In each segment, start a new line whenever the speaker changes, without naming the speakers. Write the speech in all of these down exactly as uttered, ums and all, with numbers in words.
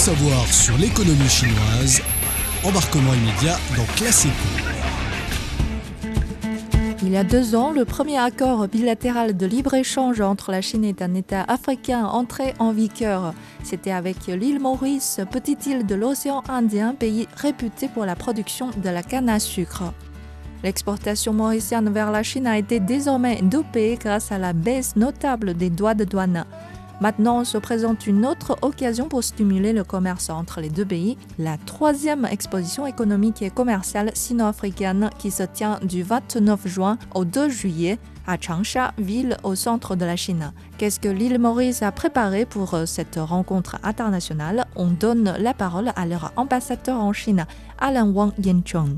savoir sur l'économie chinoise, embarquement immédiat dans Classe Éco.
Il y a deux ans, le premier accord bilatéral de libre-échange entre la Chine et un État africain entrait en vigueur. C'était avec l'île Maurice, petite île de l'océan Indien, pays réputé pour la production de la canne à sucre. L'exportation mauricienne vers la Chine a été désormais dopée grâce à la baisse notable des droits de douane. Maintenant se présente une autre occasion pour stimuler le commerce entre les deux pays, la troisième exposition économique et commerciale sino-africaine qui se tient du vingt-neuf juin au deux juillet à Changsha, ville au centre de la Chine. Qu'est-ce que l'île Maurice a préparé pour cette rencontre internationale? On donne la parole à leur ambassadeur en Chine, Alan Wang Yanchong.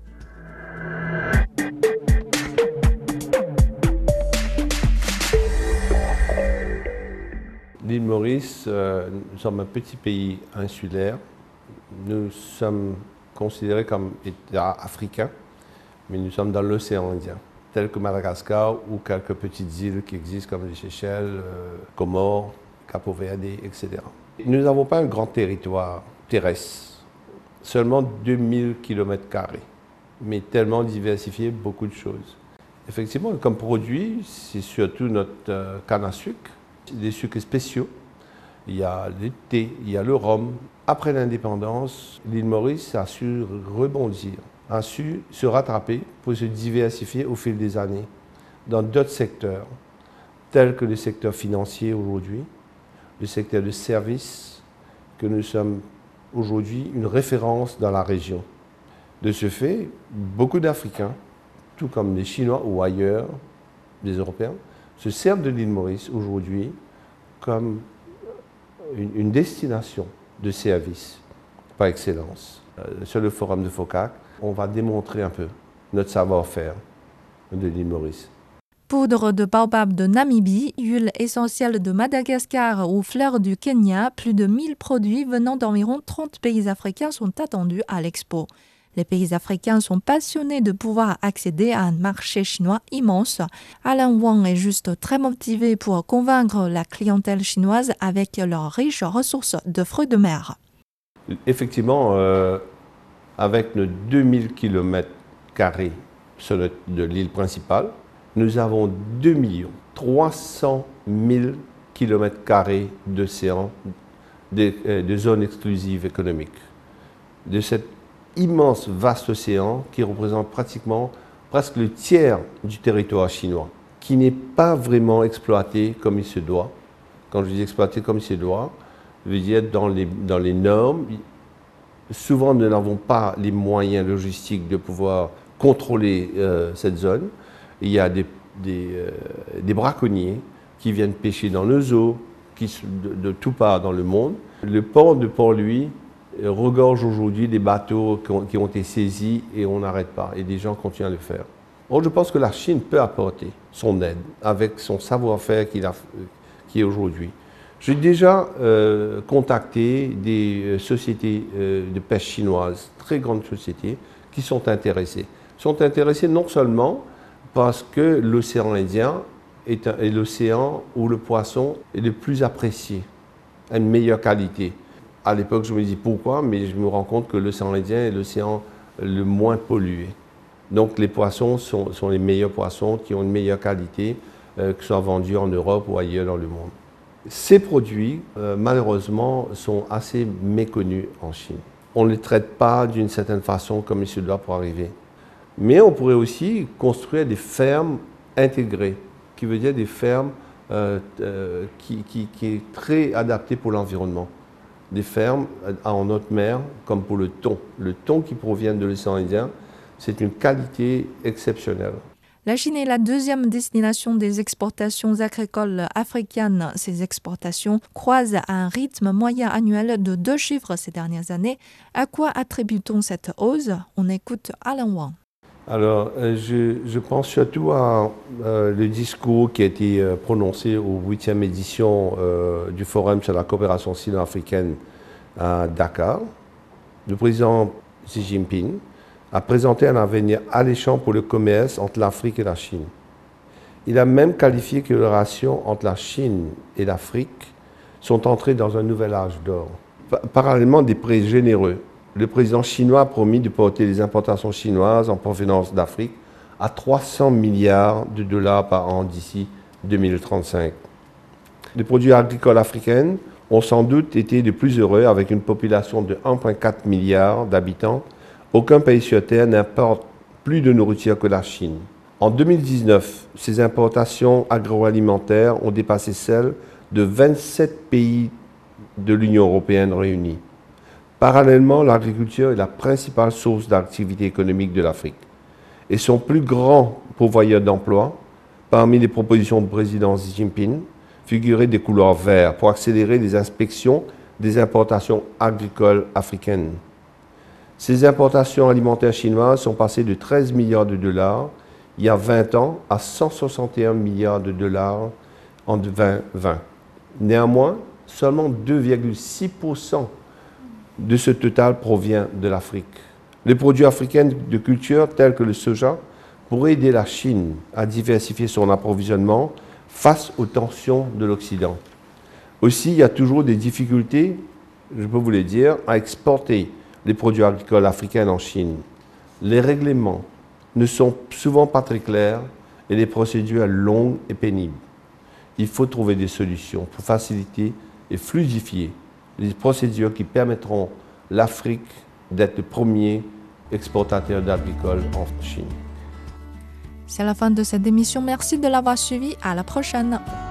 L'île Maurice, euh, nous sommes un petit pays insulaire. Nous sommes considérés comme État africain, mais nous sommes dans l'océan Indien, tel que Madagascar ou quelques petites îles qui existent comme les Seychelles, euh, Comores, Capo Verde, et cetera. Nous n'avons pas un grand territoire terrestre, seulement deux mille kilomètres carrés, mais tellement diversifié, beaucoup de choses. Effectivement, comme produit, c'est surtout notre euh, canne à sucre, des sucres spéciaux, il y a le thé, il y a le rhum. Après l'indépendance, l'île Maurice a su rebondir, a su se rattraper pour se diversifier au fil des années dans d'autres secteurs, tels que le secteur financier aujourd'hui, le secteur de services, que nous sommes aujourd'hui une référence dans la région. De ce fait, beaucoup d'Africains, tout comme les Chinois ou ailleurs, des Européens, se servent de l'île Maurice aujourd'hui comme une, une destination de services par excellence. Euh, sur le forum de FOCAC, on va démontrer un peu notre savoir-faire de l'île Maurice.
Poudre de baobab de Namibie, huile essentielle de Madagascar ou fleurs du Kenya, plus de mille produits venant d'environ trente pays africains sont attendus à l'expo. Les pays africains sont passionnés de pouvoir accéder à un marché chinois immense. Alan Wang est juste très motivé pour convaincre la clientèle chinoise avec leurs riches ressources de fruits de mer.
Effectivement, euh, avec nos deux mille kilomètres carrés sur le, de l'île principale, nous avons deux millions trois cent mille kilomètres carrés d'océan, de, euh, de zones exclusives économiques. De cette immense, vaste océan qui représente pratiquement presque le tiers du territoire chinois, qui n'est pas vraiment exploité comme il se doit. Quand je dis exploité comme il se doit, je veux dire dans les, dans les normes. Souvent, nous n'avons pas les moyens logistiques de pouvoir contrôler euh, cette zone. Il y a des, des, euh, des braconniers qui viennent pêcher dans nos eaux, qui, de, de tout part dans le monde. Le port de Port-Louis regorge aujourd'hui des bateaux qui ont, qui ont été saisis et on n'arrête pas. Et des gens continuent à le faire. Or, je pense que la Chine peut apporter son aide avec son savoir-faire qu'il a, qui est aujourd'hui. J'ai déjà euh, contacté des sociétés euh, de pêche chinoises, très grandes sociétés, qui sont intéressées. Sont intéressées non seulement parce que l'océan Indien est, un, est l'océan où le poisson est le plus apprécié, a une meilleure qualité. À l'époque, je me dis pourquoi, mais je me rends compte que l'océan Indien est l'océan le moins pollué. Donc les poissons sont, sont les meilleurs poissons qui ont une meilleure qualité, euh, que ce soit vendus en Europe ou ailleurs dans le monde. Ces produits, euh, malheureusement, sont assez méconnus en Chine. On ne les traite pas d'une certaine façon comme il se doit pour arriver. Mais on pourrait aussi construire des fermes intégrées, qui veut dire des fermes euh, euh, qui, qui, qui est très adaptées pour l'environnement. Des fermes en haute mer, comme pour le thon. Le thon qui provient de l'océan Indien, c'est une qualité exceptionnelle.
La Chine est la deuxième destination des exportations agricoles africaines. Ces exportations croisent à un rythme moyen annuel de deux chiffres ces dernières années. À quoi attribue-t-on cette hausse? On écoute Alan Wang.
Alors, euh, je, je pense surtout à euh, le discours qui a été euh, prononcé au huitième édition euh, du Forum sur la coopération sino-africaine à Dakar. Le président Xi Jinping a présenté un avenir alléchant pour le commerce entre l'Afrique et la Chine. Il a même qualifié que les relations entre la Chine et l'Afrique sont entrées dans un nouvel âge d'or. parallèlement des prêts généreux. Le président chinois a promis de porter les importations chinoises en provenance d'Afrique à trois cents milliards de dollars par an d'ici deux mille trente-cinq. Les produits agricoles africains ont sans doute été les plus heureux avec une population de un virgule quatre milliard d'habitants. Aucun pays sur Terre n'importe plus de nourriture que la Chine. En deux mille dix-neuf, ces importations agroalimentaires ont dépassé celles de vingt-sept pays de l'Union européenne réunis. Parallèlement, l'agriculture est la principale source d'activité économique de l'Afrique et son plus grand pourvoyeur d'emplois. Parmi les propositions du président Xi Jinping figuraient des couloirs verts pour accélérer les inspections des importations agricoles africaines. Ces importations alimentaires chinoises sont passées de treize milliards de dollars il y a vingt ans à cent soixante et un milliards de dollars en deux mille vingt. Néanmoins, seulement deux virgule six pour cent de ce total provient de l'Afrique. Les produits africains de culture tels que le soja pourraient aider la Chine à diversifier son approvisionnement face aux tensions de l'Occident. Aussi, il y a toujours des difficultés, je peux vous le dire, à exporter les produits agricoles africains en Chine. Les règlements ne sont souvent pas très clairs et les procédures longues et pénibles. Il faut trouver des solutions pour faciliter et fluidifier les procédures qui permettront l'Afrique d'être le premier exportateur d'agricoles en Chine.
C'est la fin de cette émission. Merci de l'avoir suivi. À la prochaine.